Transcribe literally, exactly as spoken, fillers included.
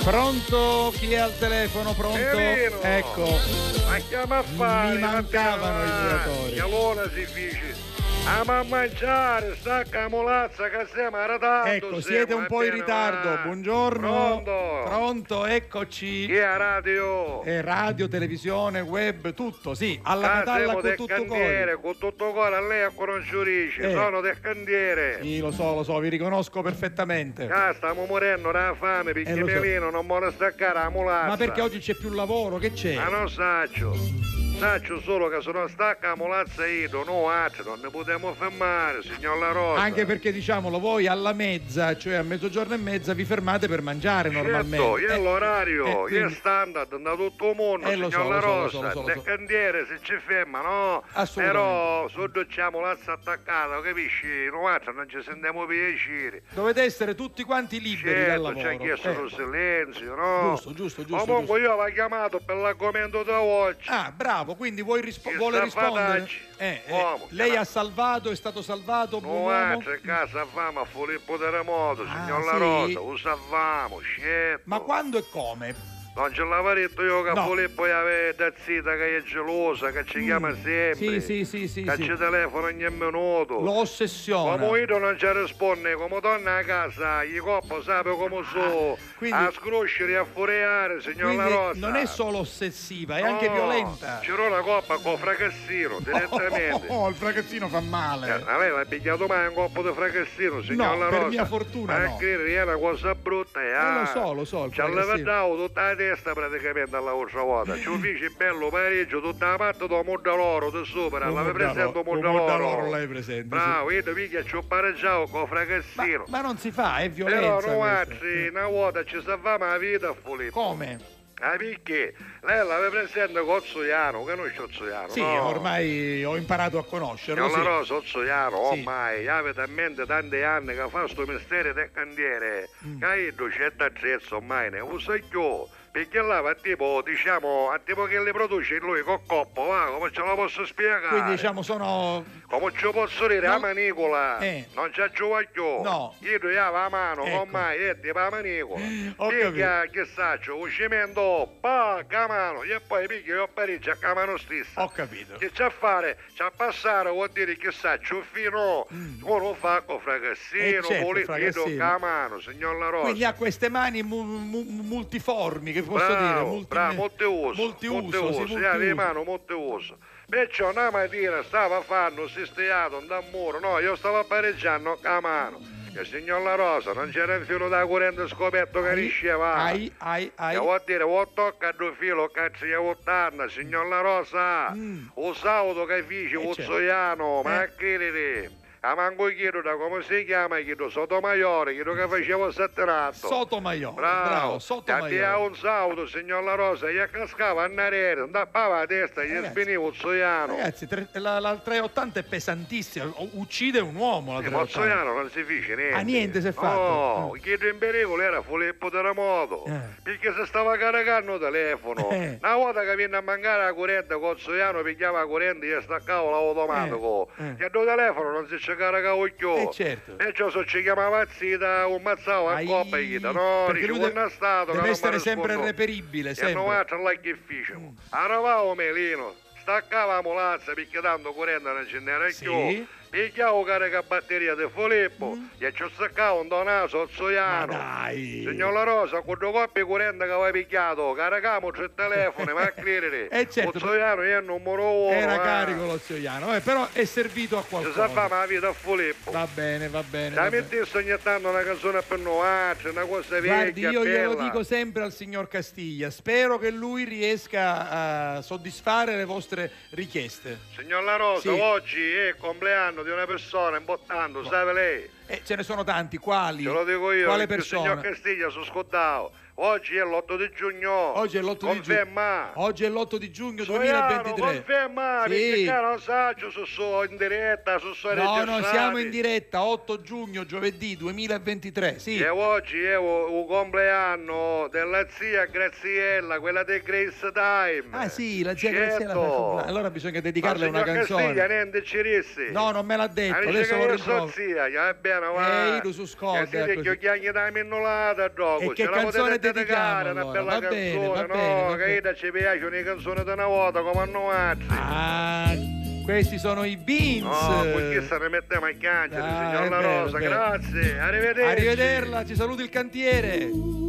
Pronto? Chi è al telefono? Pronto? Evino. Ecco. Ma chiama a fare? Mi mancavano i giocatori. Chialona si dice. Ah, ma a mangiare, stacca la molazza che siamo arredando. Ecco, siete un po' in ritardo. Buongiorno. Pronto? Pronto, eccoci. Chi è radio? Eh, radio, televisione, web, tutto, sì. Alla Ah, Natalla siamo con del tutto cantiere, cuore. con tutto cuore, a lei a conosciurisce, Eh. sono del cantiere. Sì, lo so, lo so, vi riconosco perfettamente. Ah, stiamo morendo da fame perché Eh, lo so. Melino non vuole staccare la molazza. Ma perché oggi c'è più lavoro? Che c'è? Ma non saccio. Saccio solo che se non stacca la molazza io, no altro, non ne potremo fermare, signor La Rosa. Anche perché, diciamolo, voi alla mezza, cioè a mezzogiorno e mezza, vi fermate per mangiare normalmente. Certo, io è Eh, l'orario, eh, io quindi- è standard da tutto il mondo, Eh, lo signor so, La lo so, lo Rosa. so, lo so, lo Del so. cantiere se ci ferma, no? Assolutamente. Però se c'è la molazza attaccata, capisci? Noi altri non ci sentiamo piacere. Dovete essere tutti quanti liberi dal Certo, lavoro. ci ha chiesto Eh, il silenzio, no? Giusto, giusto, giusto, Comunque giusto. io l'ho chiamato per l'argomento da oggi. Ah, bravo, quindi vuoi rispo- Che vuole rispondere? salvataggi. Eh, eh, Uomo, lei chiama- ha salvato, è stato salvato, buon No, uomo? altro, in casa fama a Filippo Terremoto, Ah, signor La sì? Rosa, lo salvamo, certo. Ma quando e come? Non ce l'avevo detto io che No. Filippo aveva da zita che è gelosa, che ci chiama sempre. Sì, sì, sì, sì, Che sì. ci telefona ogni minuto. Lo ossessiona. Come io non ci risponde, come donna a casa, gli coppo sape come so, Ah, quindi- a scroscere, a fureare, signor La Quindi Rosa. non è solo ossessiva, è anche No, violenta. C'era una coppa con fracassino, direttamente. Oh, oh, il fracazzino fa Eh, male. Aveva pigliato mai un coppo di fracassino, signor No, La per Rosa. mia fortuna Ma no. che è una cosa brutta, eh. Eh, lo so, lo so, il Ci aveva fracassino. dato tutta la testa praticamente alla vostra volta. Ci fece bello pareggio, tutta la parte del Mondaloro, di sopra, Un l'avevi presente un Mondaloro, un Mondaloro Mondaloro. l'hai presente, Bravo, io piglia ci ho pareggiato con Ma, fracassino. ma non si fa, è Però violenza. noi questa. altri, una volta ci salvavamo la vita a Filippo. Come? Ah, perché? Lei l'aveva presente con Zoiano, che non c'è Zoiano, Sì, no? ormai ho imparato a conoscerlo. Non la Sì. rosa, Zoiano, Sì. ormai, avete in mente tanti anni che fa sto mestiere del cantiere, Mm. che io duecento attrezzo ormai ne uso io, perché là va tipo, diciamo, a tipo che le produce lui con coppo, va, come ce la posso spiegare? Quindi diciamo sono. Come ci posso dire, No. la manicola, Eh. non c'è giovacchio, No. io tu la mano, Ecco. ormai, è tipo la manicola, Ho piglia, che saccio, un cemento, pa, a mano, e poi piglia io pareggio a mano stessa. Ho capito. Che c'ha a fare? C'ha a passare, vuol dire che sa, ciuffino, uno fa con fracassino, Eh, certo, volete fracassino. a mano, signor La Rosa. Quindi ha queste mani mu- mu- multiformi, che posso bravo, dire? Multi- bravo, multiuso, multiuso, multiuso, sì, sì, ha le multiuso. mani multiuso. Perciò una mattina stava fanno sistemato un muro, no, io stavo pareggiando a mano. Che signor La Rosa non c'era un filo da corrente scoperto che Ai, risceva. ai, ai, ai. E vuol dire, vuol tocca due filo, cazzo di ottanta, signor La Rosa. Mm. O sabato che fece, Eh, o certo. zoiano, ma Eh. che dire? A manco chiedo da come si chiama, chiedo Sotomayor, chiedo che facevo sette ratto. Sotomayor, Bravo, bravo, a Sotomayor. un sabato, signor La Rosa, gli cascava a narere, tappava la testa, gli Ragazzi, spiniva il zoiano. Ragazzi, tre- la, la trecentottanta è pesantissima, u- uccide un uomo la Eh, ma il trecentottanta. zoiano non si fece niente. Ah, niente si è fatto. No, Mm. chiedo in pericolo era Filippo Terremoto. Eh. Perché si stava caricando il telefono. Eh. Una volta che viene a mancare la corrente, con il zoiano pigliava la corrente e staccava l'automatico. Eh, eh. Che al telefono non si ci caricava più. Eh, certo. Perciò se ci chiamava zita, un mazzavo a Ai, coppa e chita. No, perché lui dice, deve- un stato che deve non mi essere sempre rispondo. reperibile, E sempre. noi altri là che facciamo? Arrivavo Melino, staccava la molazza perché tanto corrente non ce n'era Sì. più. Pigliavo carica batteria di Filippo e ci staccavo un donato al Ma zoiano. dai. Signor La Rosa, con due coppie corrente che aveva picchiato, caricamo tre telefoni, ma a credere. Eh, certo, il zoiano è il numero uno. Era eh. carico lo zioiano, eh, però è servito a Ci qualcosa. salvava la vita a Filippo. Va bene, va bene. La va bene. mettessi ogni tanto una canzone per noi, una cosa vecchia, Guardi, io glielo bella. dico sempre al signor Castiglia, spero che lui riesca a soddisfare le vostre richieste. Signor La Rosa, Sì. oggi è il compleanno di una persona importante, sa lei? Eh, ce ne sono tanti, quali? Ce lo dico io, Quale perché il signor persona? Castiglia sono scottato. Oggi è l'otto di giugno. Oggi è l'otto di giugno. Conferma. Oggi è l'otto di giugno Zoiano, duemilaventitré. conferma, Sì. perché caro non saggio, su su in diretta, su su No, no, siamo in diretta, otto giugno, giovedì duemilaventitré. Sì. E oggi è il compleanno della zia Graziella, quella di Grace Time. Ah sì, la zia Certo. Graziella fa il compleanno. Allora bisogna dedicarle Ma una signor Castiglia, canzone. niente ci rissi. No, non me l'ha detto, Ah, dice adesso che lo io sono ritrovo. zia, che va bene, bene, va. Ehi, tu su Skoda, E siete così. che chiagni da minnolata, dopo. E che Ce la canzone potete dedicare, dedichiamo, una allora? bella Va bene, va canzone, bene, va no? bene. Che ida ci piacciono le canzoni di una volta, come hanno altri. Ah, questi sono i Beans. No, perché se ne mettiamo a piangere, Ah, signor è La vero, Rosa, è vero. grazie, arrivederci. Arrivederla, ci saluti il cantiere.